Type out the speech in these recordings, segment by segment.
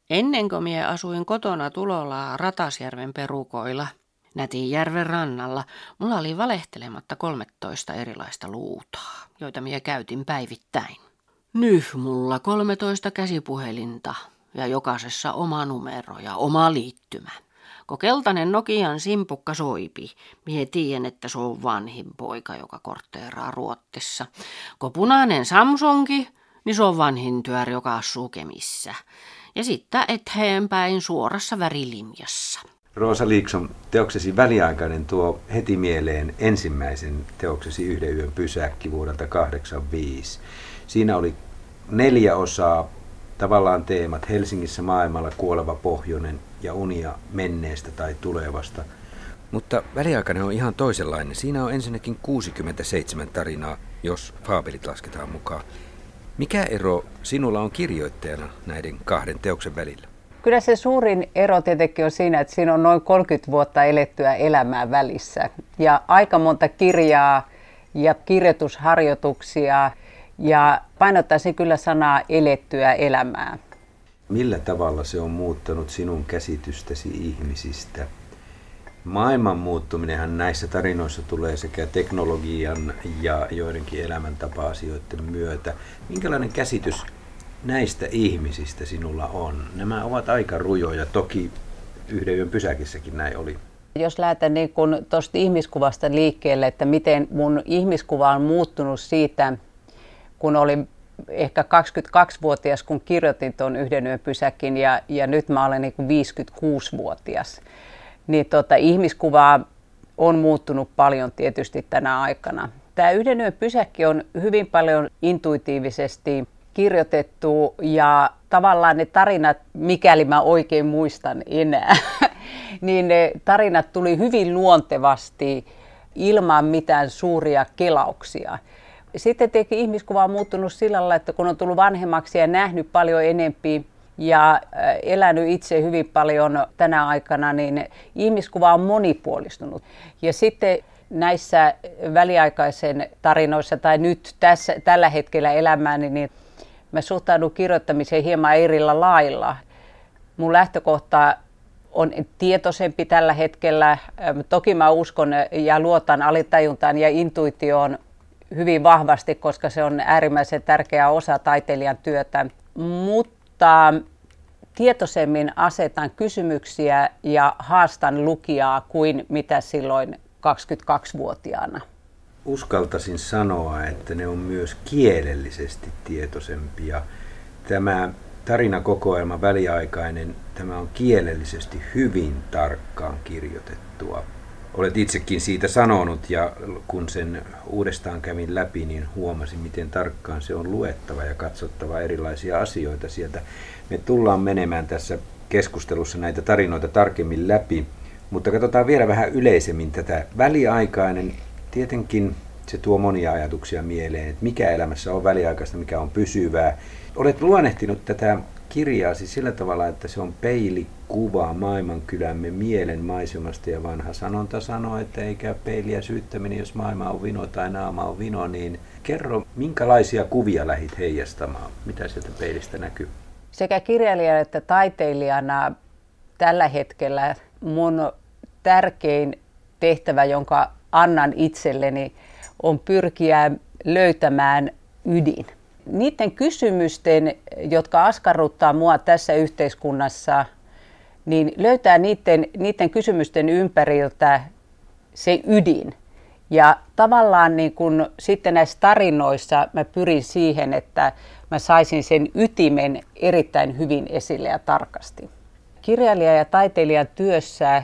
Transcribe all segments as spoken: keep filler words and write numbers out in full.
Ennen kuin mie asuin kotona Tulolaa Ratasjärven perukoilla, Nätinjärven rannalla, mulla oli valehtelematta kolmetoista erilaista luutaa, joita mie käytin päivittäin. Nyt mulla kolmetoista käsipuhelinta ja jokaisessa oma numero ja oma liittymä. Kun keltainen Nokian simpukka soipi, mie tiedän, että se on vanhin poika, joka kortteeraa Ruotsissa. Kun punainen Samsungi, niin se on vanhin työr, joka asuu Kemissä. Ja sitten eteenpäin suorassa värilinjassa. Roosa Liksom, teoksesi Väliaikainen tuo heti mieleen ensimmäisen teoksesi Yhden yön pysäkki vuodelta kahdeksankymmentäviisi. Siinä oli neljä osaa, tavallaan teemat: Helsingissä, maailmalla, kuoleva pohjoinen ja unia menneestä tai tulevasta. Mutta Väliaikainen on ihan toisenlainen. Siinä on ensinnäkin kuusikymmentäseitsemän tarinaa, jos faabelit lasketaan mukaan. Mikä ero sinulla on kirjoittajana näiden kahden teoksen välillä? Kyllä se suurin ero tietenkin on siinä, että siinä on noin kolmekymmentä vuotta elettyä elämää välissä. Ja aika monta kirjaa ja kirjoitusharjoituksia, ja painottaisin kyllä sanaa elettyä elämää. Millä tavalla se on muuttanut sinun käsitystäsi ihmisistä? Maailman muuttuminenhan näissä tarinoissa tulee sekä teknologian ja joidenkin elämäntapa-asioiden myötä. Minkälainen käsitys näistä ihmisistä sinulla on? Nämä ovat aika rujoja, toki Yhden yön pysäkissäkin näin oli. Jos lähdetään niin kun tuosta ihmiskuvasta liikkeelle, että miten mun ihmiskuva on muuttunut siitä, kun olin ehkä kaksikymmentäkaksivuotias, kun kirjoitin tuon Yhden yön pysäkin, ja, ja nyt mä olen niin kuin viisikymmentäkuusivuotias. Niin tota, ihmiskuva on muuttunut paljon tietysti tänä aikana. Tämä Yhden yön pysäkki on hyvin paljon intuitiivisesti kirjoitettu, ja tavallaan ne tarinat, mikäli mä oikein muistan enää, niin ne tarinat tuli hyvin luontevasti ilman mitään suuria kelauksia. Sitten tietenkin ihmiskuva on muuttunut sillä lailla, että kun on tullut vanhemmaksi ja nähnyt paljon enempi ja elänyt itse hyvin paljon tänä aikana, niin ihmiskuva on monipuolistunut. Ja sitten näissä väliaikaisen tarinoissa tai nyt tässä, tällä hetkellä elämääni, niin mä suhtaudun kirjoittamiseen hieman erillä lailla. Mun lähtökohta on tietoisempi tällä hetkellä. Toki mä uskon ja luotan alitajuntaan ja intuitioon hyvin vahvasti, koska se on äärimmäisen tärkeä osa taiteilijan työtä. Mutta tietoisemmin asetan kysymyksiä ja haastan lukijaa kuin mitä silloin kaksikymmentäkaksivuotiaana. Uskaltaisin sanoa, että ne on myös kielellisesti tietoisempia. Tämä tarinakokoelma Väliaikainen, tämä on kielellisesti hyvin tarkkaan kirjoitettua. Olet itsekin siitä sanonut, ja kun sen uudestaan kävin läpi, niin huomasin, miten tarkkaan se on luettava ja katsottava erilaisia asioita sieltä. Me tullaan menemään tässä keskustelussa näitä tarinoita tarkemmin läpi, mutta katsotaan vielä vähän yleisemmin tätä. Väliaikainen, tietenkin se tuo monia ajatuksia mieleen, että mikä elämässä on väliaikaista, mikä on pysyvää. Olet luonnehtinut tätä kirjaasi sillä tavalla, että se on peilikuva maailmankylämme mielen maisemasta, ja vanha sanonta sanoo, että ei käy peiliä syyttäminen, jos maailma on vino tai naama on vino, niin kerro, minkälaisia kuvia lähdit heijastamaan? Mitä sieltä peilistä näkyy? Sekä kirjailijana että taiteilijana tällä hetkellä mun tärkein tehtävä, jonka annan itselleni, on pyrkiä löytämään ydin. Niiden kysymysten, jotka askarruttaa mua tässä yhteiskunnassa, niin löytää niiden, niiden kysymysten ympäriltä se ydin. Ja tavallaan niin kun sitten näissä tarinoissa mä pyrin siihen, että mä saisin sen ytimen erittäin hyvin esille ja tarkasti. Kirjailijan ja taiteilijan työssä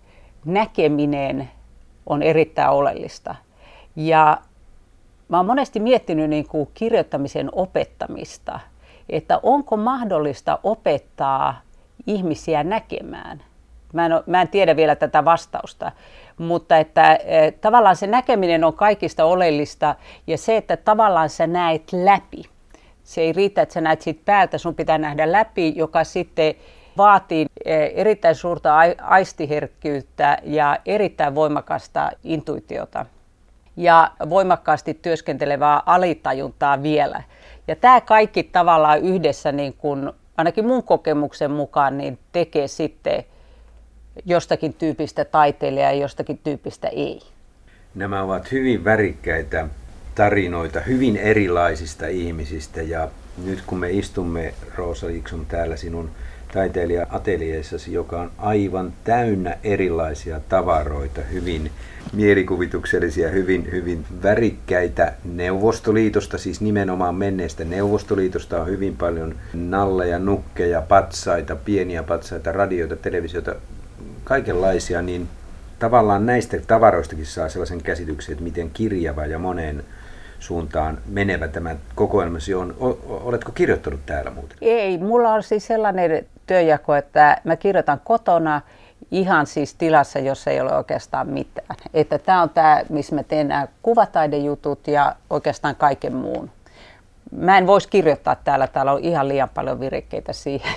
näkeminen on erittäin oleellista. Ja mä oon monesti miettinyt niin kuin kirjoittamisen opettamista, että onko mahdollista opettaa ihmisiä näkemään. Mä en, ole, mä en tiedä vielä tätä vastausta, mutta että e, tavallaan se näkeminen on kaikista oleellista, ja se, että tavallaan sä näet läpi. Se ei riitä, että sä näet siitä päältä, sun pitää nähdä läpi, joka sitten vaatii e, erittäin suurta aistiherkkyyttä ja erittäin voimakasta intuitiota. Ja voimakkaasti työskentelevää alitajuntaa vielä. Ja tämä kaikki tavallaan yhdessä niin kun ainakin mun kokemuksen mukaan, niin tekee sitten jostakin tyypistä taiteilijaa ja jostakin tyypistä ei. Nämä ovat hyvin värikkäitä tarinoita hyvin erilaisista ihmisistä ja nyt kun me istumme, Rosa Liksom, täällä sinun taiteilija-ateljeessasi, joka on aivan täynnä erilaisia tavaroita, hyvin mielikuvituksellisia, hyvin, hyvin värikkäitä Neuvostoliitosta, siis nimenomaan menneestä Neuvostoliitosta on hyvin paljon nalleja, nukkeja, patsaita, pieniä patsaita, radioita, televisioita, kaikenlaisia, niin tavallaan näistä tavaroistakin saa sellaisen käsityksen, että miten kirjava ja moneen suuntaan menevä tämä kokoelmasi on. Oletko kirjoittanut täällä muuten? Ei, mulla on siis sellainen työnjako, että mä kirjoitan kotona ihan siis tilassa, jossa ei ole oikeastaan mitään. Että tämä on tämä, missä mä teen nämä kuvataidejutut ja oikeastaan kaiken muun. Mä en voisi kirjoittaa täällä, täällä on ihan liian paljon virikkeitä siihen.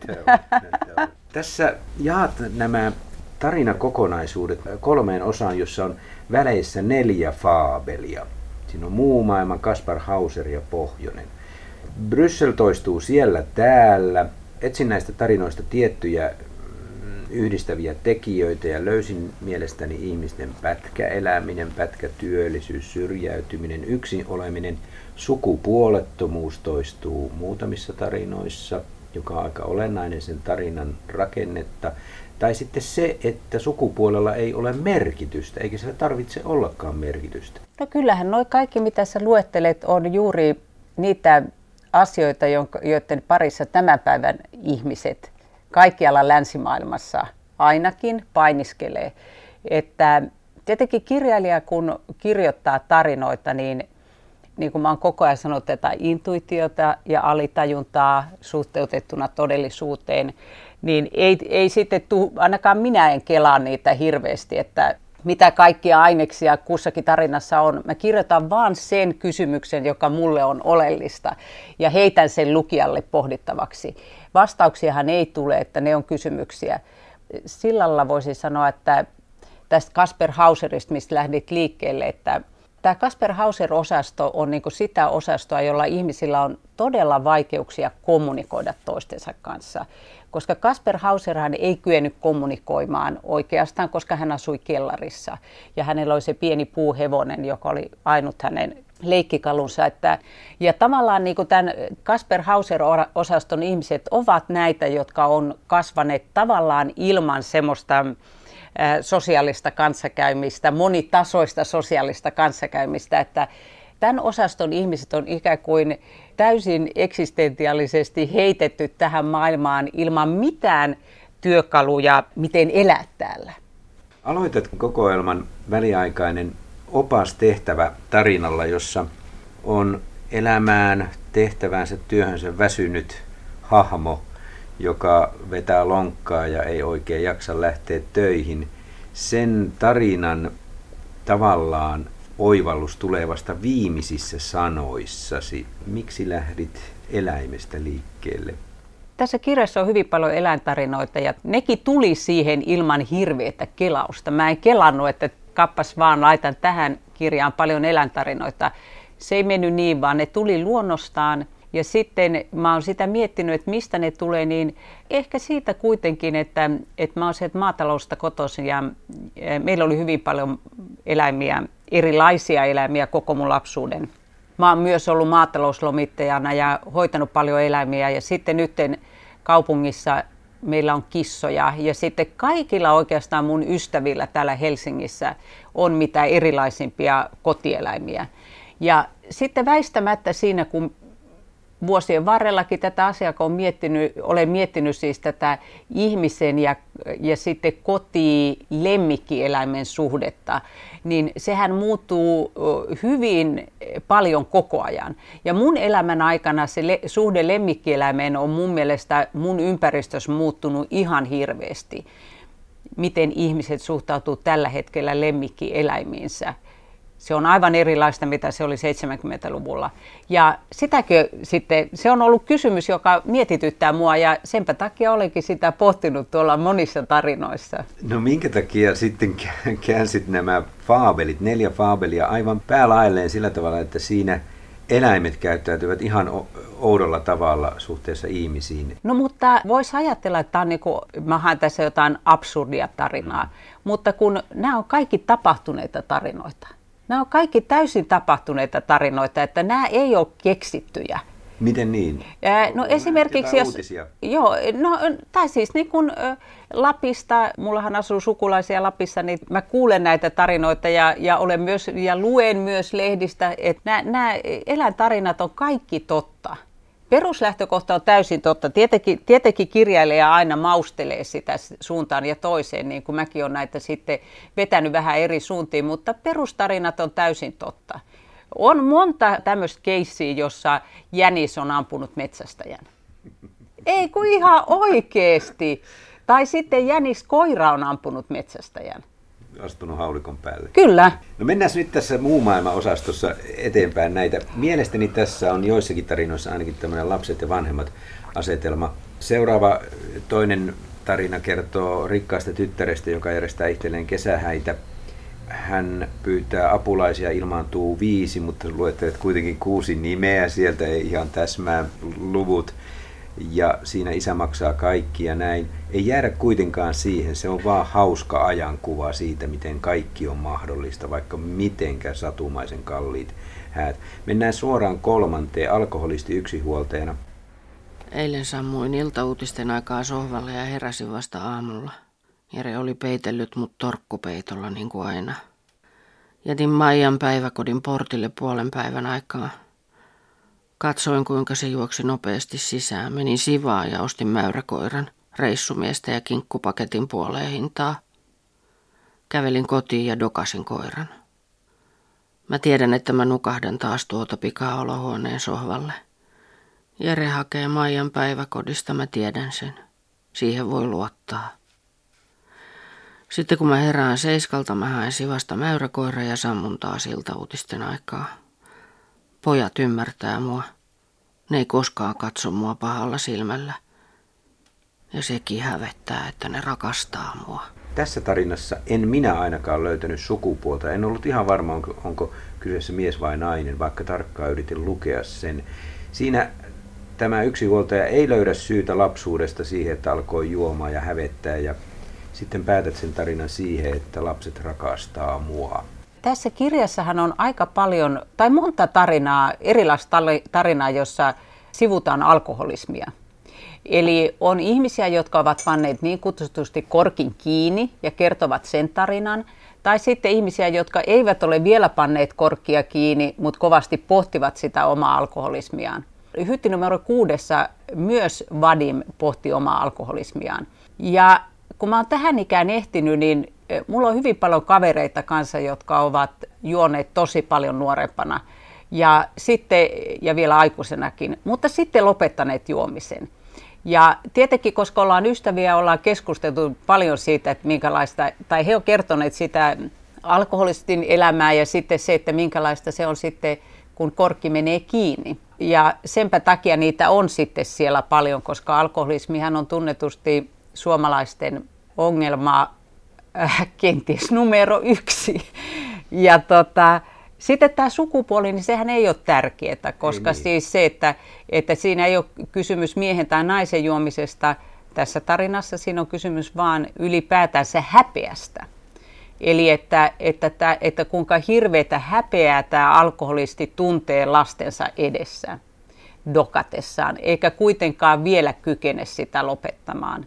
Tässä jaat nämä tarinakokonaisuudet kolmeen osaan, jossa on väleissä neljä faabelia. Siinä on Muu maailma, Kaspar Hauser ja Pohjonen. Bryssel toistuu siellä täällä. Etsin näistä tarinoista tiettyjä yhdistäviä tekijöitä ja löysin mielestäni ihmisten pätkäeläminen, pätkätyöllisyys, syrjäytyminen, yksin oleminen, sukupuolettomuus toistuu muutamissa tarinoissa, joka on aika olennainen sen tarinan rakennetta. Tai sitten se, että sukupuolella ei ole merkitystä, eikä sillä tarvitse ollakaan merkitystä. No kyllähän noi kaikki, mitä sä luettelet, on juuri niitä asioita, joiden parissa tämän päivän ihmiset kaikkialla länsimaailmassa ainakin painiskelee. Että tietenkin kirjailija, kun kirjoittaa tarinoita, niin niin kuin mä oon koko ajan sanonut, tätä intuitiota ja alitajuntaa suhteutettuna todellisuuteen, niin ei, ei sitten tule, ainakaan minä en kelaa niitä hirveästi, että mitä kaikkia aineksia kussakin tarinassa on. Mä kirjoitan vaan sen kysymyksen, joka mulle on oleellista, ja heitän sen lukijalle pohdittavaksi. Vastauksiahan ei tule, että ne on kysymyksiä. Sillä lailla voisin sanoa, että tästä Kaspar Hauserista, mistä lähdit liikkeelle, että tämä Kaspar Hauser-osasto on niin kuin sitä osastoa, jolla ihmisillä on todella vaikeuksia kommunikoida toistensa kanssa. Koska Kaspar Hauserhan ei kyennyt kommunikoimaan oikeastaan, koska hän asui kellarissa. Ja hänellä oli se pieni puuhevonen, joka oli ainut hänen leikkikalunsa. Että, ja tavallaan niin kuin tämän Kaspar Hauser-osaston ihmiset ovat näitä, jotka on kasvaneet tavallaan ilman semmoista sosiaalista kanssakäymistä, monitasoista sosiaalista kanssakäymistä, että tämän osaston ihmiset on ikään kuin täysin eksistentiaalisesti heitetty tähän maailmaan ilman mitään työkaluja, miten elää täällä. Aloitat kokoelman väliaikainen opastehtävä tarinalla, jossa on elämään, tehtävänsä, työhönsä väsynyt hahmo, joka vetää lonkkaa ja ei oikein jaksa lähteä töihin. Sen tarinan tavallaan oivallus tulee vasta viimeisissä sanoissasi. Miksi lähdit eläimestä liikkeelle? Tässä kirjassa on hyvin paljon eläintarinoita ja nekin tuli siihen ilman hirveätä kelausta. Mä en kelannut, että kappas vaan laitan tähän kirjaan paljon eläintarinoita. Se ei mennyt niin, vaan ne tuli luonnostaan. Ja sitten mä oon sitä miettinyt, että mistä ne tulee, niin ehkä siitä kuitenkin, että, että mä oon sieltä maatalousta kotoisin ja meillä oli hyvin paljon eläimiä, erilaisia eläimiä koko mun lapsuuden. Mä oon myös ollut maatalouslomittajana ja hoitanut paljon eläimiä ja sitten nyt kaupungissa meillä on kissoja ja sitten kaikilla oikeastaan mun ystävillä täällä Helsingissä on mitä erilaisimpia kotieläimiä. Ja sitten väistämättä siinä, kun vuosien varrellakin tätä asiaa, kun olen miettinyt, olen miettinyt siis tätä ihmisen ja, ja sitten koti-lemmikkieläimen suhdetta, niin sehän muuttuu hyvin paljon koko ajan. Ja mun elämän aikana se le- suhde lemmikkieläimeen on mun mielestä mun ympäristössä muuttunut ihan hirveästi. Miten ihmiset suhtautuu tällä hetkellä lemmikkieläimiinsä. Se on aivan erilaista, mitä se oli seitsemänkymmentäluvulla. Ja sitäkö sitten, se on ollut kysymys, joka mietityttää mua ja senpä takia olenkin sitä pohtinut tuolla monissa tarinoissa. No minkä takia sitten käänsit nämä faabelit, neljä faabelia aivan päälailleen sillä tavalla, että siinä eläimet käyttäytyvät ihan oudolla tavalla suhteessa ihmisiin. No mutta voisi ajatella, että tämä on niin kuin, mä haen tässä jotain absurdia tarinaa, mm. mutta kun nämä on kaikki tapahtuneita tarinoita. Nämä on kaikki täysin tapahtuneita tarinoita, että nämä ei ole keksittyjä. Miten niin? Ää, no esimerkiksi jos... Uutisia. Joo, no tai siis niin kun ä, Lapista, mullahan asuu sukulaisia Lapissa, niin mä kuulen näitä tarinoita ja, ja, olen myös, ja luen myös lehdistä, että nämä, nämä eläintarinat on kaikki totta. Peruslähtökohta on täysin totta. Tietenkin, tietenkin kirjailija aina maustelee sitä suuntaan ja toiseen, niin kuin mäkin olen näitä sitten vetänyt vähän eri suuntiin, mutta perustarinat on täysin totta. On monta tämmöistä keissiä, jossa jänis on ampunut metsästäjän. Ei kun ihan oikeesti. Tai sitten jänis koira on ampunut metsästäjän. Astunut haulikon päälle. Kyllä. No mennään nyt tässä muu maailman osastossa eteenpäin näitä. Mielestäni tässä on joissakin tarinoissa ainakin tämmöinen lapset ja vanhemmat asetelma. Seuraava toinen tarina kertoo rikkaasta tyttärestä, joka järjestää itselleen kesähäitä. Hän pyytää apulaisia, ilmaantuu viisi, mutta luettelet kuitenkin kuusi nimeä, sieltä ei ihan täsmää luvut. Ja siinä isä maksaa kaikki ja näin. Ei jäädä kuitenkaan siihen, se on vaan hauska ajankuva siitä, miten kaikki on mahdollista, vaikka mitenkä satumaisen kalliit häät. Mennään suoraan kolmanteen, alkoholisti yksinhuoltajana. Eilen sammuin iltauutisten aikaa sohvalle ja heräsin vasta aamulla. Jere oli peitellyt mut torkkupeitolla niin kuin aina. Jätin Maijan päiväkodin portille puolen päivän aikaa. Katsoin, kuinka se juoksi nopeasti sisään. Menin sivaan ja ostin mäyräkoiran, reissumiestä ja kinkkupaketin puoleen hintaa. Kävelin kotiin ja dokasin koiran. Mä tiedän, että mä nukahdan taas tuota pikaa olohuoneen sohvalle. Jere hakee Maijan päiväkodista, mä tiedän sen. Siihen voi luottaa. Sitten kun mä herään seiskalta, mä haen sivasta mäyräkoira ja sammun taas iltauutisten aikaa. Pojat ymmärtää mua. Ne ei koskaan katso mua pahalla silmällä. Ja sekin hävettää, että ne rakastaa mua. Tässä tarinassa en minä ainakaan löytänyt sukupuolta. En ollut ihan varma, onko, onko kyseessä mies vai nainen, vaikka tarkkaan yritin lukea sen. Siinä tämä yksinhuoltaja ei löydä syytä lapsuudesta siihen, että alkoi juomaan ja hävettää. Ja sitten päätät sen tarinan siihen, että lapset rakastaa mua. Tässä kirjassahan on aika paljon, tai monta tarinaa, erilaista tarinaa, jossa sivutaan alkoholismia. Eli on ihmisiä, jotka ovat panneet niin kutsutusti korkin kiinni ja kertovat sen tarinan. Tai sitten ihmisiä, jotka eivät ole vielä panneet korkkia kiinni, mutta kovasti pohtivat sitä omaa alkoholismiaan. Hytti numero kuudessa myös Vadim pohti omaa alkoholismiaan. Ja kun mä oon tähän ikään ehtinyt, niin mulla on hyvin paljon kavereita kanssa, jotka ovat juoneet tosi paljon nuorempana ja, sitten, ja vielä aikuisenakin, mutta sitten lopettaneet juomisen. Ja tietenkin, koska ollaan ystäviä, ollaan keskusteltu paljon siitä, että minkälaista, tai he on kertoneet sitä alkoholistin elämää ja sitten se, että minkälaista se on sitten, kun korkki menee kiinni. Ja senpä takia niitä on sitten siellä paljon, koska alkoholismihan on tunnetusti suomalaisten ongelma äh, kenties numero yksi. Ja tota, sitten tämä sukupuoli, niin sehän ei ole tärkeää, koska ei niin. Siis se, että, että siinä ei ole kysymys miehen tai naisen juomisesta tässä tarinassa, siinä on kysymys vaan ylipäätänsä häpeästä. Eli että, että, että, että kuinka hirveätä häpeää tämä alkoholisti tuntee lastensa edessä dokatessaan, eikä kuitenkaan vielä kykene sitä lopettamaan.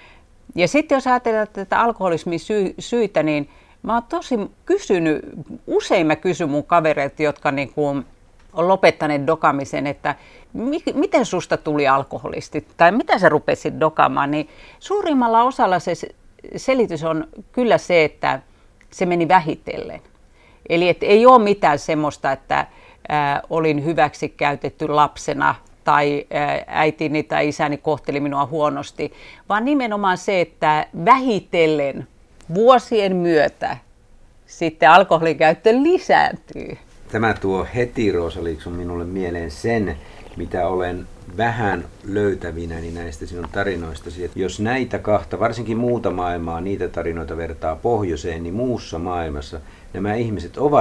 Ja sitten jos ajatellaan tätä alkoholismin sy- syitä, niin mä oon tosi kysynyt, usein mä kysyn mun kavereilta, jotka niin kuin on lopettaneet dokaamisen, että mi- miten susta tuli alkoholisti tai mitä sä rupesit dokaamaan, niin suurimmalla osalla se selitys on kyllä se, että se meni vähitellen. Eli että ei ole mitään semmoista, että ää, olin hyväksi käytetty lapsena tai äitini tai isäni kohteli minua huonosti, vaan nimenomaan se, että vähitellen vuosien myötä sitten alkoholin käyttö lisääntyy. Tämä tuo heti, Roosa Liksom, minulle mieleen sen, mitä olen vähän löytävinäni näistä sinun tarinoistasi. Että jos näitä kahta, varsinkin muuta maailmaa, niitä tarinoita vertaa pohjoiseen, niin muussa maailmassa nämä ihmiset ovat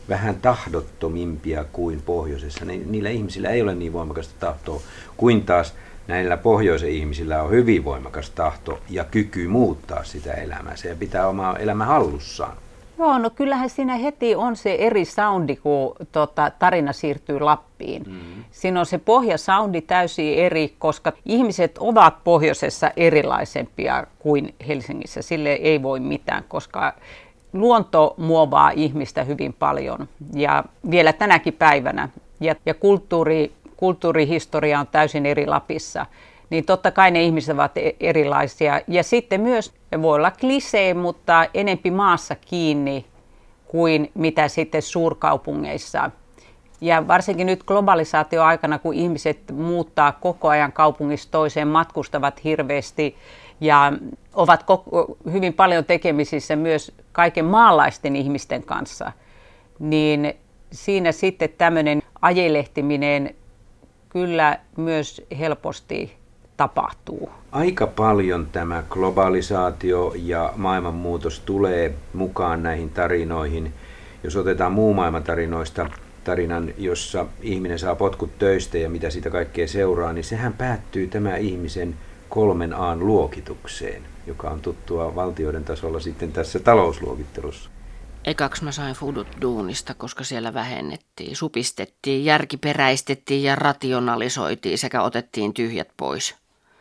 vähän tahdottomimpia kuin pohjoisessa. Niillä ihmisillä ei ole niin voimakasta tahtoa kuin taas näillä pohjoisen ihmisillä on hyvin voimakas tahto ja kyky muuttaa sitä elämää. Se pitää omaa elämä hallussaan. Joo, no kyllähän siinä heti on se eri soundi, kun tota, tarina siirtyy Lappiin. Mm-hmm. Siinä on se pohjasoundi täysin eri, koska ihmiset ovat pohjoisessa erilaisempia kuin Helsingissä. Sille ei voi mitään, koska luonto muovaa ihmistä hyvin paljon ja vielä tänäkin päivänä. Ja, ja kulttuuri, kulttuurihistoria on täysin eri Lapissa. Niin totta kai ne ihmiset ovat erilaisia. Ja sitten myös voi olla klisee, mutta enempi maassa kiinni kuin mitä sitten suurkaupungeissa. Ja varsinkin nyt globalisaatioaikana, kun ihmiset muuttaa koko ajan kaupungista toiseen, matkustavat hirveästi ja ovat hyvin paljon tekemisissä myös kaiken maalaisten ihmisten kanssa, niin siinä sitten tämmöinen ajelehtiminen kyllä myös helposti tapahtuu. Aika paljon tämä globalisaatio ja maailmanmuutos tulee mukaan näihin tarinoihin. Jos otetaan muu maailman tarinoista tarinan, jossa ihminen saa potkut töistä ja mitä siitä kaikkea seuraa, niin sehän päättyy tämä ihmisen kolmen A:n luokitukseen, joka on tuttua valtioiden tasolla sitten tässä talousluokittelussa. Ekaksi mä sain fudut duunista, koska siellä vähennettiin, supistettiin, järkiperäistettiin ja rationalisoitiin sekä otettiin tyhjät pois.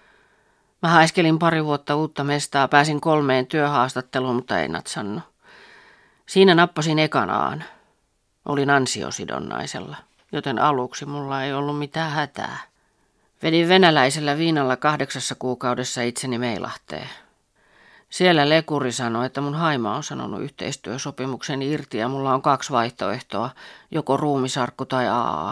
Mä haiskelin pari vuotta uutta mestaa, pääsin kolmeen työhaastatteluun, mutta ei natsannut. Siinä nappasin ekan A:n. Olin ansiosidonnaisella, joten aluksi mulla ei ollut mitään hätää. Vedin venäläisellä viinalla kahdeksassa kuukaudessa itseni Meilahteen. Siellä lekuri sanoi, että mun haima on sanonut yhteistyösopimuksen irti ja mulla on kaksi vaihtoehtoa, joko ruumisarkku tai A A.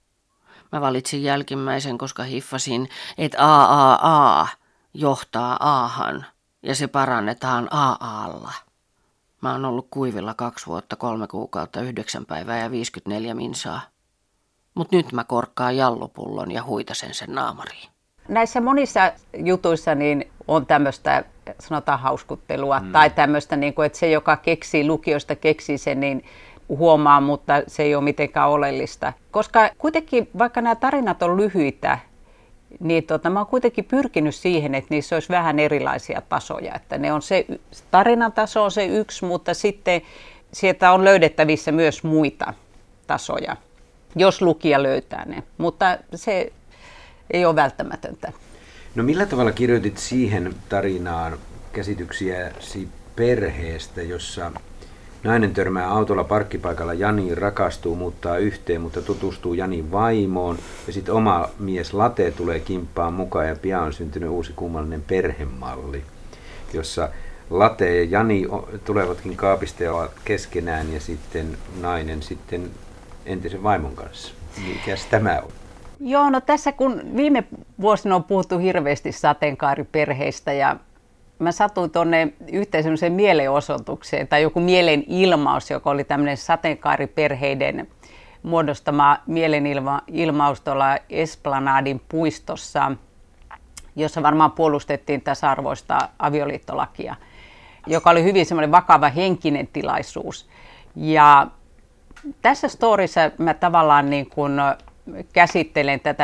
Mä valitsin jälkimmäisen, koska hiffasin, että A A A johtaa Ahan ja se parannetaan A A:lla. Mä oon ollut kuivilla kaksi vuotta, kolme kuukautta, yhdeksän päivää ja viisikymmentäneljä minsaa. Mut nyt mä korkkaan jallupullon ja huitasen sen naamariin. Näissä monissa jutuissa niin on tämmöistä, sanotaan hauskuttelua, mm. tai tämmöistä, niin kuin, että se, joka keksii, lukiosta keksii sen, niin huomaa, mutta se ei ole mitenkään oleellista. Koska kuitenkin, vaikka nämä tarinat on lyhyitä, niin tota, mä oon kuitenkin pyrkinyt siihen, että niissä olisi vähän erilaisia tasoja. Että ne on se, tarinan taso on se yksi, mutta sitten sieltä on löydettävissä myös muita tasoja, jos lukija löytää ne. Mutta se ei ole välttämätöntä. No millä tavalla kirjoitit siihen tarinaan käsityksiäsi perheestä, jossa nainen törmää autolla parkkipaikalla Janiin, rakastuu, muuttaa yhteen, mutta tutustuu Janin vaimoon ja sitten oma mies Late tulee kimppaan mukaan ja pian on syntynyt uusi kummallinen perhemalli, jossa Late ja Jani tulevatkin kaapista ja ovat keskenään ja sitten nainen sitten entisen vaimon kanssa. Mikäs tämä on? Joo, no tässä kun viime vuosina on puhuttu hirveästi sateenkaariperheistä ja mä satuin tuonne yhteen semmoiseen mielenosoitukseen tai joku mielenilmaus, joka oli tämmöinen sateenkaariperheiden muodostama mielenilmaus tuolla Esplanadin puistossa, jossa varmaan puolustettiin tasa-arvoista avioliittolakia, joka oli hyvin semmoinen vakava henkinen tilaisuus. Ja tässä storissa mä tavallaan niin kuin käsittelen tätä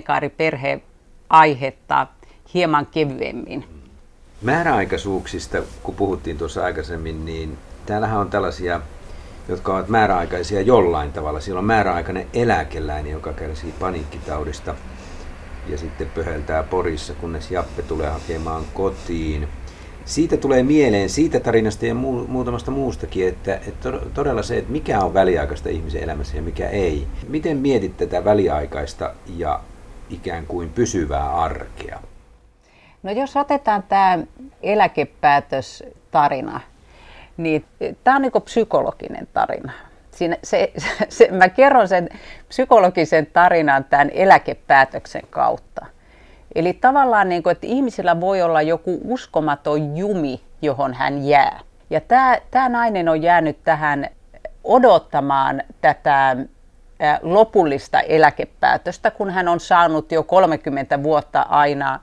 sateenkaariperhe-aihetta hieman kevyemmin. Määräaikaisuuksista, kun puhuttiin tuossa aikaisemmin, niin täällähän on tällaisia, jotka ovat määräaikaisia jollain tavalla. Siellä on määräaikainen eläkeläinen, joka kärsii paniikkitaudista ja sitten pöheltää Porissa, kunnes Jappe tulee hakemaan kotiin. Siitä tulee mieleen, siitä tarinasta ja mu- muutamasta muustakin, että, että todella se, että mikä on väliaikaista ihmisen elämässä ja mikä ei. Miten mietit tätä väliaikaista ja ikään kuin pysyvää arkea? No jos otetaan tämä eläkepäätöstarina, niin tämä on niin kuin psykologinen tarina. Siinä se, se, mä kerron sen psykologisen tarinan tämän eläkepäätöksen kautta. Eli tavallaan, niin kuin, että ihmisillä voi olla joku uskomaton jumi, johon hän jää. Ja tämä, tämä nainen on jäänyt tähän odottamaan tätä lopullista eläkepäätöstä, kun hän on saanut jo kolmekymmentä vuotta aina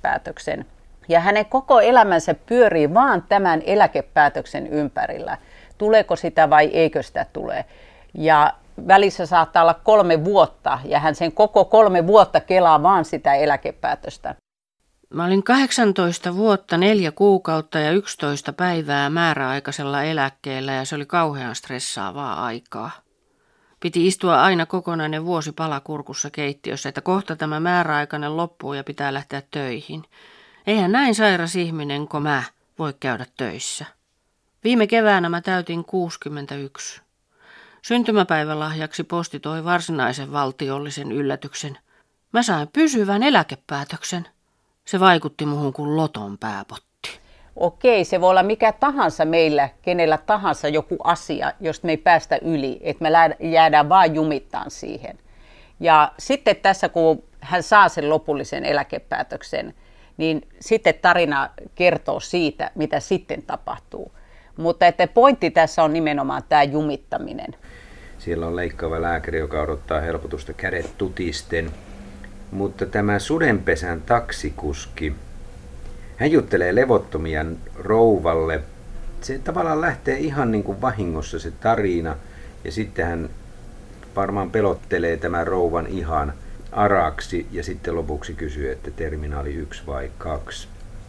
pätkäeläkepäätöksen. Ja hänen koko elämänsä pyörii vaan tämän eläkepäätöksen ympärillä. tuleeko sitä vai eikö sitä tule. Ja välissä saattaa olla kolme vuotta ja hän sen koko kolme vuotta kelaa vaan sitä eläkepäätöstä. Mä olin kahdeksantoista vuotta, neljä kuukautta ja yksitoista päivää määräaikaisella eläkkeellä ja se oli kauhean stressaavaa aikaa. Piti istua aina kokonainen vuosi palakurkussa keittiössä, että kohta tämä määräaikainen loppuu ja pitää lähteä töihin. Eihän näin sairas ihminen kuin mä voi käydä töissä. Viime keväänä mä täytin kuusikymmentäyksi. Syntymäpäivälahjaksi posti toi varsinaisen valtiollisen yllätyksen. Mä sain pysyvän eläkepäätöksen. Se vaikutti muhun kuin loton pääpotti. Okei, se voi olla mikä tahansa meillä, kenellä tahansa joku asia, josta me ei päästä yli, että me jäädään vaan jumittaan siihen. Ja sitten tässä, kun hän saa sen lopullisen eläkepäätöksen, niin sitten tarina kertoo siitä, mitä sitten tapahtuu. Mutta että pointti tässä on nimenomaan tämä jumittaminen. Siellä on leikkaava lääkäri, joka odottaa helpotusta kädet tutisten. Mutta tämä sudenpesän taksikuski, hän juttelee levottomia rouvalle. Se tavallaan lähtee ihan niin kuin vahingossa se tarina. Ja sitten hän varmaan pelottelee tämän rouvan ihan araksi. Ja sitten lopuksi kysyy, että terminaali yksi vai kaksi.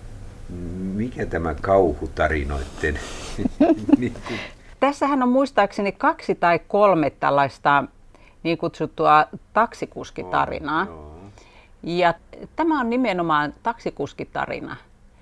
Mikä tämä kauhutarinoitten? niin kuin... Tässähän on muistaakseni kaksi tai kolme tällaista niin kutsuttua taksikuskitarinaa. Oh, no. Ja tämä on nimenomaan taksikuskitarina.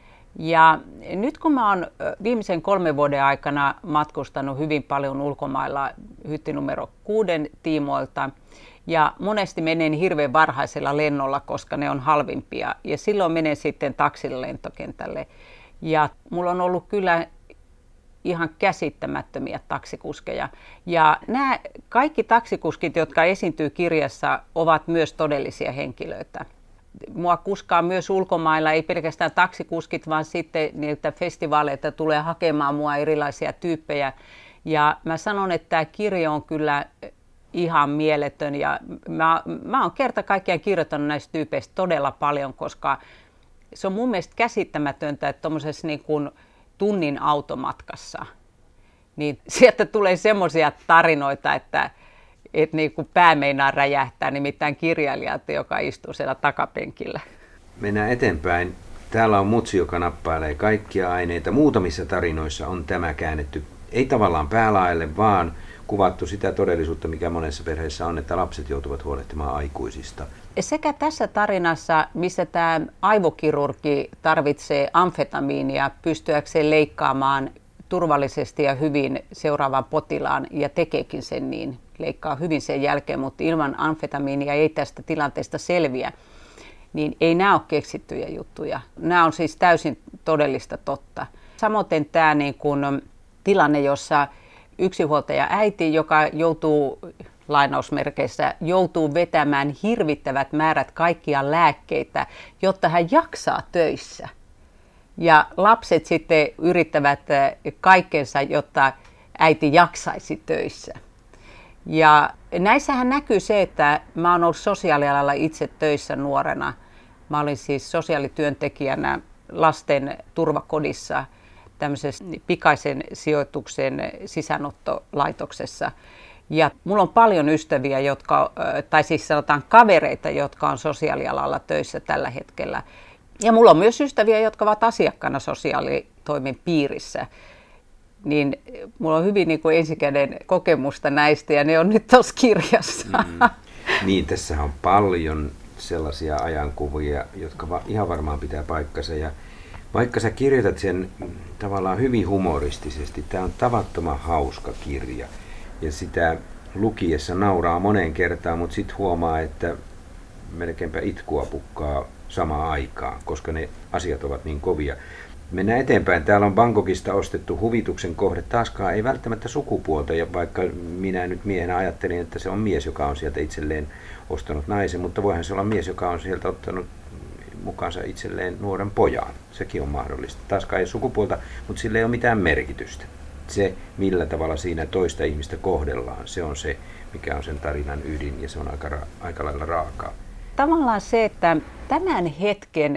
Ja nyt kun mä oon viimeisen kolmen vuoden aikana matkustanut hyvin paljon ulkomailla hytti numero kuuden tiimoilta, ja monesti menen hirveän varhaisella lennolla, koska ne on halvimpia, ja silloin menen sitten taksilla lentokentälle. Ja mulla on ollut kyllä ihan käsittämättömiä taksikuskeja. Ja nämä kaikki taksikuskit, jotka esiintyy kirjassa, ovat myös todellisia henkilöitä. Mua kuskaa myös ulkomailla, ei pelkästään taksikuskit, vaan sitten niiltä festivaaleilta tulee hakemaan mua erilaisia tyyppejä. Ja mä sanon, että tämä kirja on kyllä ihan mieletön. Ja mä, mä oon kerta kaikkiaan kirjoittanut näistä tyypeistä todella paljon, koska se on mun mielestä käsittämätöntä, että tuommoisessa niin kuin tunnin automatkassa, niin sieltä tulee semmoisia tarinoita, että, että niin kuin pää meinaa räjähtää, nimittäin kirjailijat, joka istuu siellä takapenkillä. Mennään eteenpäin. Täällä on mutsi, joka nappailee kaikkia aineita. Muutamissa tarinoissa on tämä käännetty, ei tavallaan päälaelle, vaan kuvattu sitä todellisuutta, mikä monessa perheessä on, että lapset joutuvat huolehtimaan aikuisista. Sekä tässä tarinassa, missä tämä aivokirurgi tarvitsee amfetamiinia pystyäkseen leikkaamaan turvallisesti ja hyvin seuraavan potilaan ja tekeekin sen niin, leikkaa hyvin sen jälkeen, mutta ilman amfetamiinia ei tästä tilanteesta selviä, niin ei nämä ole keksittyjä juttuja. Nämä on siis täysin todellista totta. Samoin tämä niin kun, tilanne, jossa yksinhuoltaja äiti, joka joutuu lainausmerkeissä, joutuu vetämään hirvittävät määrät kaikkia lääkkeitä, jotta hän jaksaa töissä. Ja lapset sitten yrittävät kaikkensa, jotta äiti jaksaisi töissä. Ja näissähän näkyy se, että mä oon ollut sosiaalialalla itse töissä nuorena. Mä olin siis sosiaalityöntekijänä lasten turvakodissa tämmöisessä pikaisen sijoituksen sisäänottolaitoksessa. Ja mulla on paljon ystäviä, jotka, tai siis sanotaan kavereita, jotka on sosiaalialalla töissä tällä hetkellä. Ja mulla on myös ystäviä, jotka ovat asiakkaana sosiaalitoimen piirissä. Niin mulla on hyvin niin kuin ensikäden kokemusta näistä ja ne on nyt tuossa kirjassa. Mm. Niin, tässä on paljon sellaisia ajankuvia, jotka va- ihan varmaan pitää paikkansa. Ja vaikka sä kirjoitat sen tavallaan hyvin humoristisesti, tämä on tavattoman hauska kirja. Ja sitä lukiessa nauraa moneen kertaan, mutta sitten huomaa, että melkeinpä itkua pukkaa samaan aikaan, koska ne asiat ovat niin kovia. Mennään eteenpäin. Täällä on Bangkokista ostettu huvituksen kohde. Taaskaan ei välttämättä sukupuolta, ja vaikka minä nyt miehenä ajattelin, että se on mies, joka on sieltä itselleen ostanut naisen, mutta voihan se olla mies, joka on sieltä ottanut mukaansa itselleen nuoren pojan. Sekin on mahdollista. Taaskaan ei sukupuolta, mutta sillä ei ole mitään merkitystä. Se, millä tavalla siinä toista ihmistä kohdellaan, se on se, mikä on sen tarinan ydin, ja se on aika, ra- aika lailla raakaa. Tavallaan se, että tämän hetken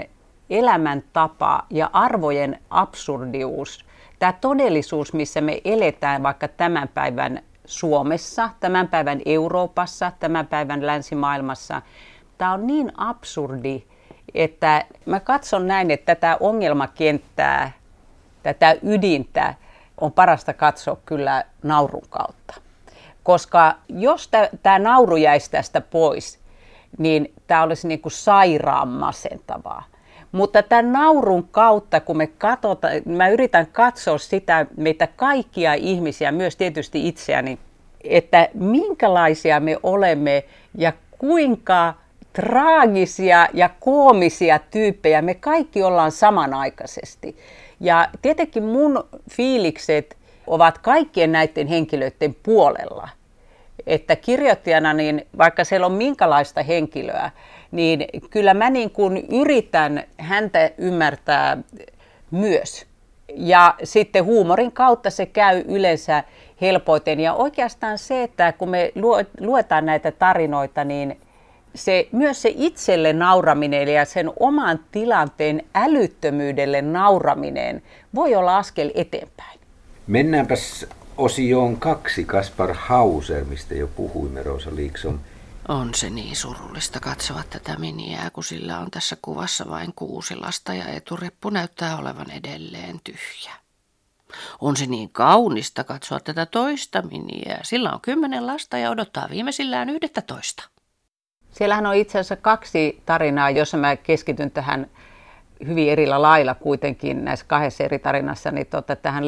elämäntapa ja arvojen absurdius, tämä todellisuus, missä me eletään vaikka tämän päivän Suomessa, tämän päivän Euroopassa, tämän päivän länsimaailmassa, tämä on niin absurdi, että mä katson näin, että tätä ongelmakenttää, tätä ydintä on parasta katsoa kyllä naurun kautta. Koska jos tämä nauru jäisi tästä pois, niin tämä olisi niin kuin sairaan masentavaa. Mutta tämän naurun kautta, kun me katsotaan, mä yritän katsoa sitä meitä kaikkia ihmisiä, myös tietysti itseäni, että minkälaisia me olemme ja kuinka traagisia ja koomisia tyyppejä me kaikki ollaan samanaikaisesti. Ja tietenkin mun fiilikset ovat kaikkien näiden henkilöiden puolella. Että kirjoittajana, niin vaikka siellä on minkälaista henkilöä, niin kyllä mä niin kuin yritän häntä ymmärtää myös. Ja sitten huumorin kautta se käy yleensä helpoiten. Ja oikeastaan se, että kun me luetaan näitä tarinoita, niin se, myös se itselle nauraminen ja sen oman tilanteen älyttömyydelle nauraminen voi olla askel eteenpäin. Mennäänpäs osioon kaksi, Kaspar Hauser, mistä jo puhuimme, Rosa Liksom. On se niin surullista katsoa tätä miniää, kun sillä on tässä kuvassa vain kuusi lasta ja etureppu näyttää olevan edelleen tyhjä. On se niin kaunista katsoa tätä toista miniää. Sillä on kymmenen lasta ja odottaa viimeisillään yhdettätoista. Siellähän on itse asiassa kaksi tarinaa, jossa mä keskityn tähän hyvin erillä lailla kuitenkin näissä kahdessa eri tarinassa, niin tota, tähän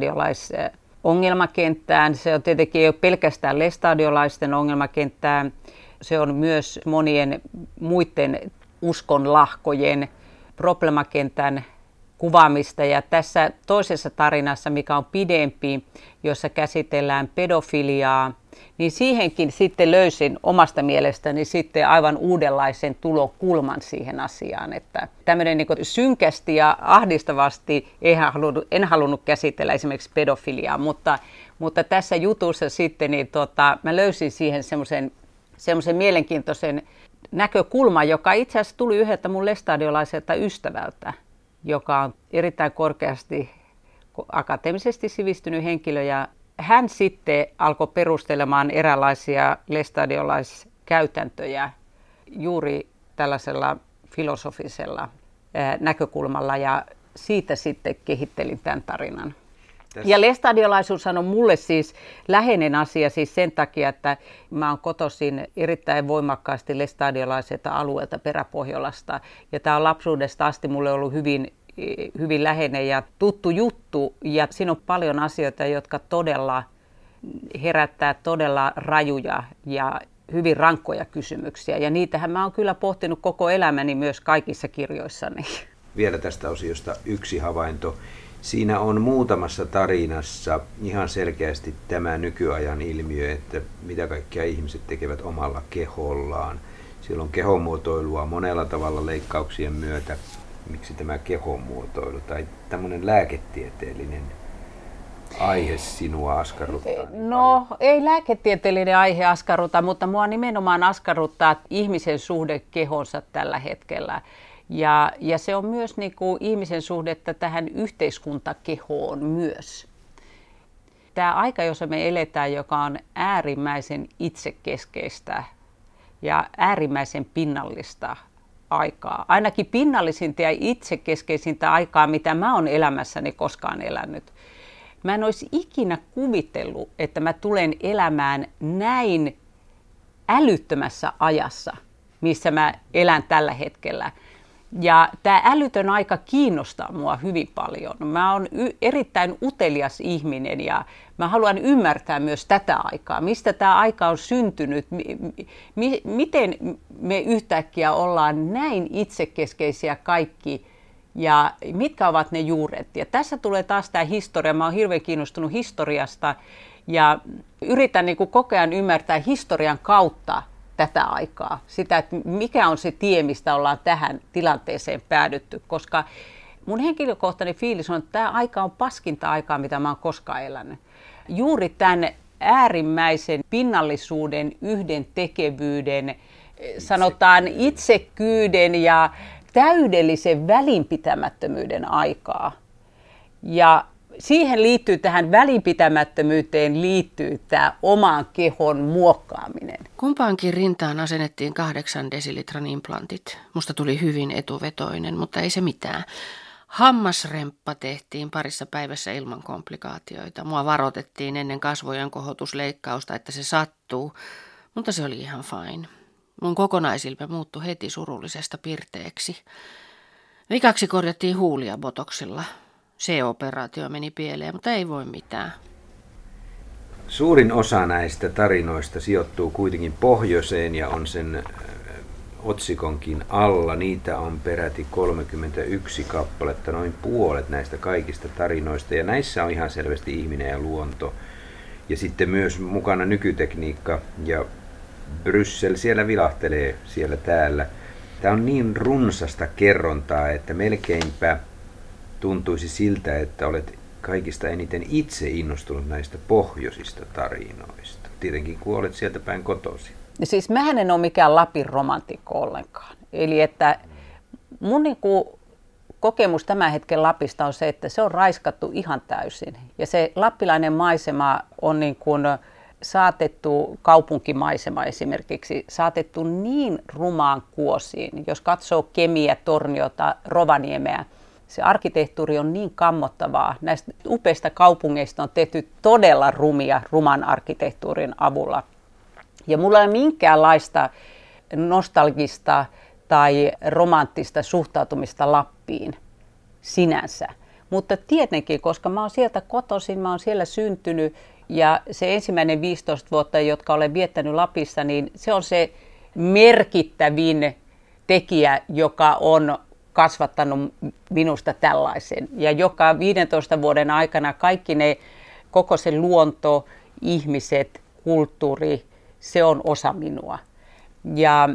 lestadiolaisongelmakenttään. Se on tietenkin ei ole pelkästään lestadiolaisten ongelmakenttää, se on myös monien muiden uskonlahkojen problemakentän kuvaamista. Ja tässä toisessa tarinassa, mikä on pidempi, jossa käsitellään pedofiliaa, niin siihenkin sitten löysin omasta mielestäni sitten aivan uudenlaisen tulokulman siihen asiaan. Että tämmöinen niin kuin synkästi ja ahdistavasti en halunnut, en halunnut käsitellä esimerkiksi pedofiliaa, mutta, mutta tässä jutussa sitten niin tota, mä löysin siihen semmoisen semmoisen mielenkiintoisen näkökulman, joka itse asiassa tuli yhdeltä mun lestadiolaiselta ystävältä, joka on erittäin korkeasti akateemisesti sivistynyt henkilö, ja hän sitten alkoi perustelemaan eräänlaisia lestadiolaiskäytäntöjä juuri tällaisella filosofisella näkökulmalla, ja siitä sitten kehittelin tämän tarinan. Tässä. Ja lestadiolaisuus on mulle siis läheinen asia siis sen takia, että mä oon kotoisin erittäin voimakkaasti lestadiolaiselta alueelta Peräpohjolasta, ja tämä on lapsuudesta asti mulle ollut hyvin hyvin läheinen ja tuttu juttu, ja siinä on paljon asioita, jotka todella herättää todella rajuja ja hyvin rankkoja kysymyksiä, ja niitähän mä oon kyllä pohtinut koko elämäni myös kaikissa kirjoissani. Vielä tästä osiosta yksi havainto. Siinä on muutamassa tarinassa ihan selkeästi tämä nykyajan ilmiö, että mitä kaikkia ihmiset tekevät omalla kehollaan. Siellä on kehonmuotoilua monella tavalla leikkauksien myötä. Miksi tämä kehonmuotoilu tai tämmöinen lääketieteellinen aihe sinua askarruttaa? No ei lääketieteellinen aihe askarruta, mutta mua nimenomaan askarruttaa ihmisen suhde kehonsa tällä hetkellä. Ja, ja se on myös niin kuin ihmisen suhdetta tähän yhteiskuntakehoon myös. Tämä aika, jossa me eletään, joka on äärimmäisen itsekeskeistä ja äärimmäisen pinnallista aikaa. Ainakin pinnallisinta ja itsekeskeisintä aikaa, mitä mä oon elämässäni koskaan elänyt. Mä en olisi ikinä kuvitellut, että mä tulen elämään näin älyttömässä ajassa, missä mä elän tällä hetkellä. Ja tämä älytön aika kiinnostaa mua hyvin paljon. Mä oon y- erittäin utelias ihminen ja mä haluan ymmärtää myös tätä aikaa. Mistä tämä aika on syntynyt, mi- miten me yhtäkkiä ollaan näin itsekeskeisiä kaikki ja mitkä ovat ne juuret. Ja tässä tulee taas tämä historia. Mä oon hirveän kiinnostunut historiasta ja yritän niin kuin koko ajan ymmärtää historian kautta tätä aikaa, sitä, että mikä on se tie, mistä ollaan tähän tilanteeseen päädytty, koska mun henkilökohtainen fiilis on, että tämä aika on paskinta aikaa, mitä mä oon koskaan elänyt. Juuri tämän äärimmäisen pinnallisuuden, yhdentekevyyden, sanotaan itsekyyden ja täydellisen välinpitämättömyyden aikaa. Ja siihen liittyy, tähän välinpitämättömyyteen liittyy tämä oman kehon muokkaaminen. Kumpaankin rintaan asennettiin kahdeksan desilitran implantit. Musta tuli hyvin etuvetoinen, mutta ei se mitään. Hammasremppa tehtiin parissa päivässä ilman komplikaatioita. Mua varoitettiin ennen kasvojen kohotusleikkausta, että se sattuu, mutta se oli ihan fine. Mun kokonaisilme muuttui heti surullisesta pirteeksi. Vikaksi korjattiin huulia botoksilla. Se operaatio meni pieleen, mutta ei voi mitään. Suurin osa näistä tarinoista sijoittuu kuitenkin pohjoiseen ja on sen otsikonkin alla. Niitä on peräti kolmekymmentäyksi kappaletta, noin puolet näistä kaikista tarinoista. Ja näissä on ihan selvästi ihminen ja luonto. Ja sitten myös mukana nykytekniikka ja Bryssel siellä vilahtelee siellä täällä. Tämä on niin runsasta kerrontaa, että melkeinpä tuntuisi siltä, että olet kaikista eniten itse innostunut näistä pohjoisista tarinoista. Tietenkin kun olet sieltä päin kotosi. Siis mähän en ole mikään Lapin romantikko ollenkaan. Eli että mun niin kuin kokemus tämän hetken Lapista on se, että se on raiskattu ihan täysin. Ja se lappilainen maisema on niin kuin saatettu, kaupunkimaisema esimerkiksi, saatettu niin rumaan kuosiin. Jos katsoo Kemiä, Torniota, Rovaniemeä, se arkkitehtuuri on niin kammottavaa. Näistä upeista kaupungeista on tehty todella rumia ruman arkkitehtuurin avulla. Ja mulla ei ole minkäänlaista nostalgista tai romanttista suhtautumista Lappiin sinänsä. Mutta tietenkin, koska mä oon sieltä kotoisin, mä oon siellä syntynyt ja se ensimmäinen viisitoista vuotta, jotka olen viettänyt Lapissa, niin se on se merkittävin tekijä, joka on kasvattanut minusta tällaisen. Ja joka viidentoista vuoden aikana kaikki ne, koko se luonto, ihmiset, kulttuuri, se on osa minua. Ja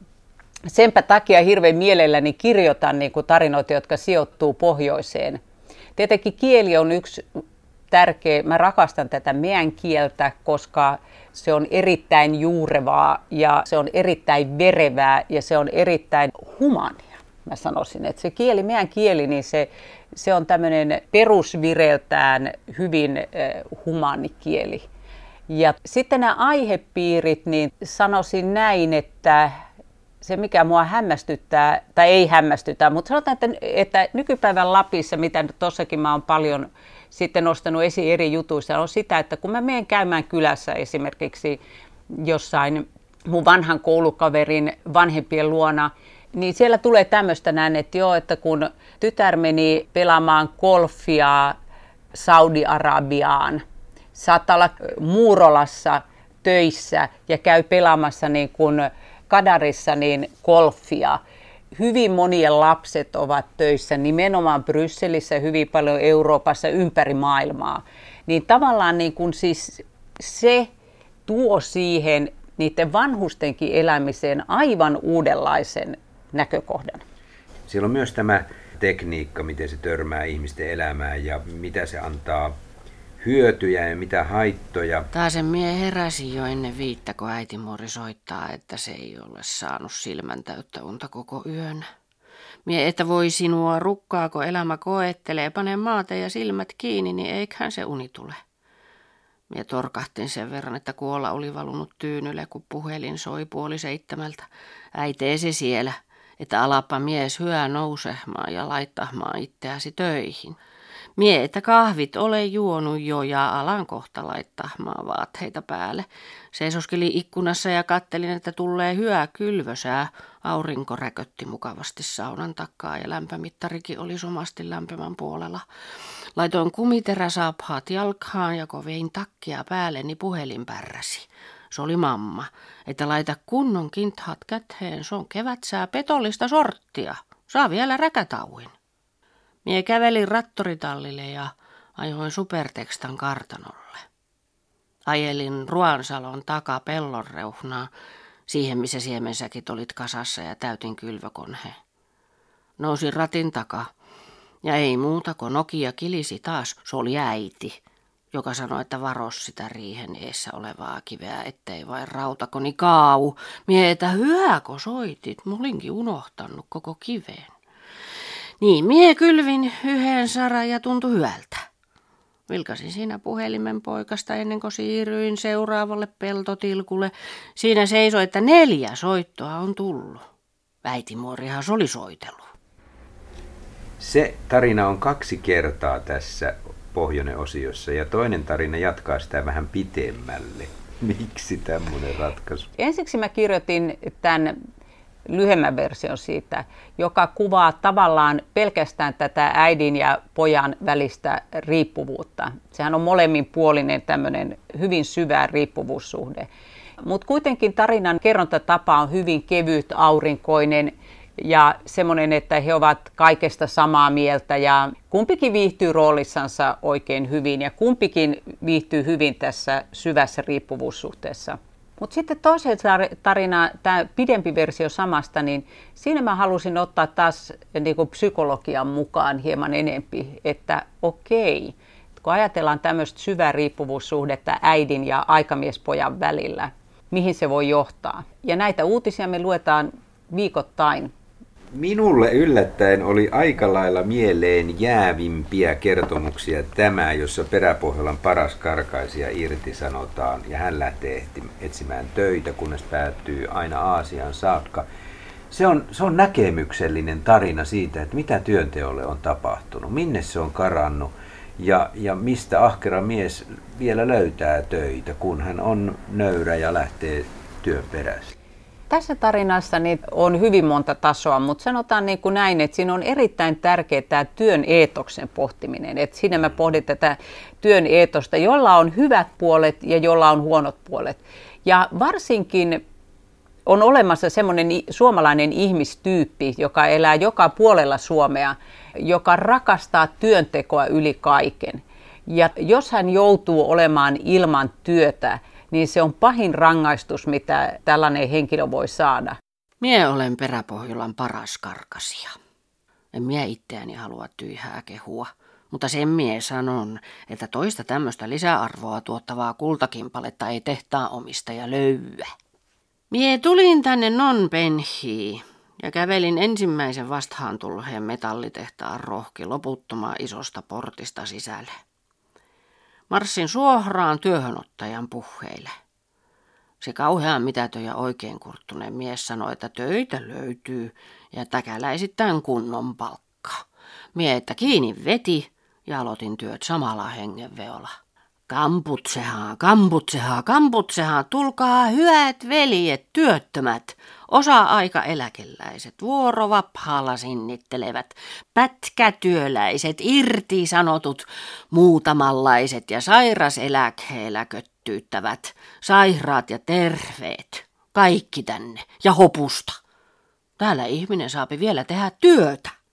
senpä takia hirveän mielelläni kirjoitan niin kuin tarinoita, jotka sijoittuu pohjoiseen. Tietenkin kieli on yksi tärkeä. Mä rakastan tätä meidän kieltä, koska se on erittäin juurevaa ja se on erittäin verevää ja se on erittäin humania. Mä sanoisin, että se kieli, meidän kieli, niin se, se on tämmöinen perusvireiltään hyvin äh, humaani kieli. Ja sitten nämä aihepiirit, niin sanoisin näin, että se mikä mua hämmästyttää, tai ei hämmästytä, mutta sanotaan, että, että nykypäivän Lapissa, mitä nyt tossakin mä oon paljon sitten nostanut esiin eri jutuissa, on sitä, että kun mä menen käymään kylässä esimerkiksi jossain mun vanhan koulukaverin vanhempien luona, niin siellä tulee tämmöistä näin, että joo, että kun tytär meni pelaamaan golfia Saudi-Arabiaan, saattaa olla Muurolassa töissä ja käy pelaamassa niin kuin Kadarissa niin golfia. Hyvin monien lapset ovat töissä nimenomaan Brysselissä, hyvin paljon Euroopassa, ympäri maailmaa. Niin tavallaan niin kuin siis se tuo siihen niiden vanhustenkin elämiseen aivan uudenlaisen näkökohdan. Siellä on myös tämä tekniikka, miten se törmää ihmisten elämään ja mitä se antaa hyötyjä ja mitä haittoja. Taasen mie heräsi jo ennen viittä, kun äitimuori soittaa, että se ei ole saanut silmän täyttä unta koko yön. Mie, että voi sinua rukkaako elämä koettelee, pane maata ja silmät kiinni, niin eiköhän se uni tule. Mie torkahtin sen verran, että kuolla oli valunut tyynylle, kun puhelin soi puoli seitsemältä. Äitee se siellä, että alappa mies hyö nousehmaan ja laittahmaan itseäsi töihin. Mie, että kahvit ole juonut jo ja alan kohta laittahmaan vaatteita päälle. Seisoskeli ikkunassa ja kattelin, että tulee hyvä kylvösää. Aurinko räkötti mukavasti saunan takaa ja lämpömittarikin oli somasti lämpimän puolella. Laitoin kumiteräsaaphaat jalkaan ja kovein takkia päälleni puhelin pärräsi. Se oli mamma, että laita kunnon kinthat käteen, se on kevätsää petollista sorttia. Saa vielä räkätauin. Mie kävelin rattoritallille ja ajoin Supertekstan kartanolle. Ajelin Ruansalon taka pellonreuhnaa, siihen missä siemensäkit olit kasassa ja täytin kylvökonheen. Nousin ratin takaa ja ei muuta kuin Nokia kilisi taas, se oli äiti, joka sanoi, että varos sitä riihen eessä olevaa kiveä, ettei vain rautakoni kaau. Mie, että hyäkö soitit, mä olinkin unohtanut koko kiveen. Niin mie kylvin yhden saran ja tuntui hyvältä. Vilkasin siinä puhelimen poikasta ennen kuin siirryin seuraavalle peltotilkulle. Siinä seisoi, että neljä soittoa on tullut. Väitimuorihan se oli soitellut. Se tarina on kaksi kertaa tässä Pohjoinen-osiossa ja toinen tarina jatkaa sitä vähän pitemmälle. Miksi tämmöinen ratkaisu? Ensiksi mä kirjoitin tämän lyhyemmän version siitä, joka kuvaa tavallaan pelkästään tätä äidin ja pojan välistä riippuvuutta. Sehän on molemminpuolinen tämmöinen hyvin syvä riippuvuussuhde. Mutta kuitenkin tarinan kerrontatapa on hyvin kevyt, aurinkoinen ja semmoinen, että he ovat kaikesta samaa mieltä ja kumpikin viihtyy roolissansa oikein hyvin ja kumpikin viihtyy hyvin tässä syvässä riippuvuussuhteessa. Mutta sitten toiseen tarinaan, tämä pidempi versio samasta, niin siinä mä halusin ottaa taas niin kuin psykologian mukaan hieman enempi, että okei, kun ajatellaan tämmöistä syvää riippuvuussuhdetta äidin ja aikamiespojan välillä, mihin se voi johtaa. Ja näitä uutisia me luetaan viikoittain. Minulle yllättäen oli aika lailla mieleen jäävimpiä kertomuksia tämä, jossa Peräpohjolan paras karkaisija irtisanotaan ja hän lähtee etsimään töitä, kunnes päätyy aina Aasiaan saakka. Se on, se on näkemyksellinen tarina siitä, että mitä työnteolle on tapahtunut, minne se on karannut ja, ja mistä ahkera mies vielä löytää töitä, kun hän on nöyrä ja lähtee työn perässä. Tässä tarinassa niin on hyvin monta tasoa, mutta sanotaan niin kuin näin, että siinä on erittäin tärkeää tämä työn eetoksen pohtiminen. Että siinä mä pohdin tätä työn eetosta, jolla on hyvät puolet ja jolla on huonot puolet. Ja varsinkin on olemassa semmoinen suomalainen ihmistyyppi, joka elää joka puolella Suomea, joka rakastaa työntekoa yli kaiken. Ja jos hän joutuu olemaan ilman työtä, niin se on pahin rangaistus, mitä tällainen henkilö voi saada. Mie olen Peräpohjolan paras karkasija. En mie itseäni halua tyihää kehua, mutta sen mie sanon, että toista tämmöistä lisäarvoa tuottavaa kultakimpaletta ei tehtaan omistaja löyä. Mie tulin tänne Nonpenhiin ja kävelin ensimmäisen vastaan tulleen metallitehtaan rohki loputtomaan isosta portista sisälle. Marssin suoraan työhönottajan puheille. Se kauhean mitätön ja oikein kurttuneen mies sanoi, että töitä löytyy ja täkäläisittäin kunnon palkka. Mie, että kiinni veti ja aloitin työt samalla hengenveolla. Kamputsehaa, kamputsehaa, kamputsehaa, tulkaa hyvät veljet, työttömät, osa-aikaeläkeläiset, vuorovaphaalla sinnittelevät, pätkätyöläiset, irtisanotut, muutamanlaiset ja sairaseläkkeellä köttyyttävät, sairaat ja terveet, kaikki tänne ja hopusta. Täällä ihminen saapi vielä tehdä työtä.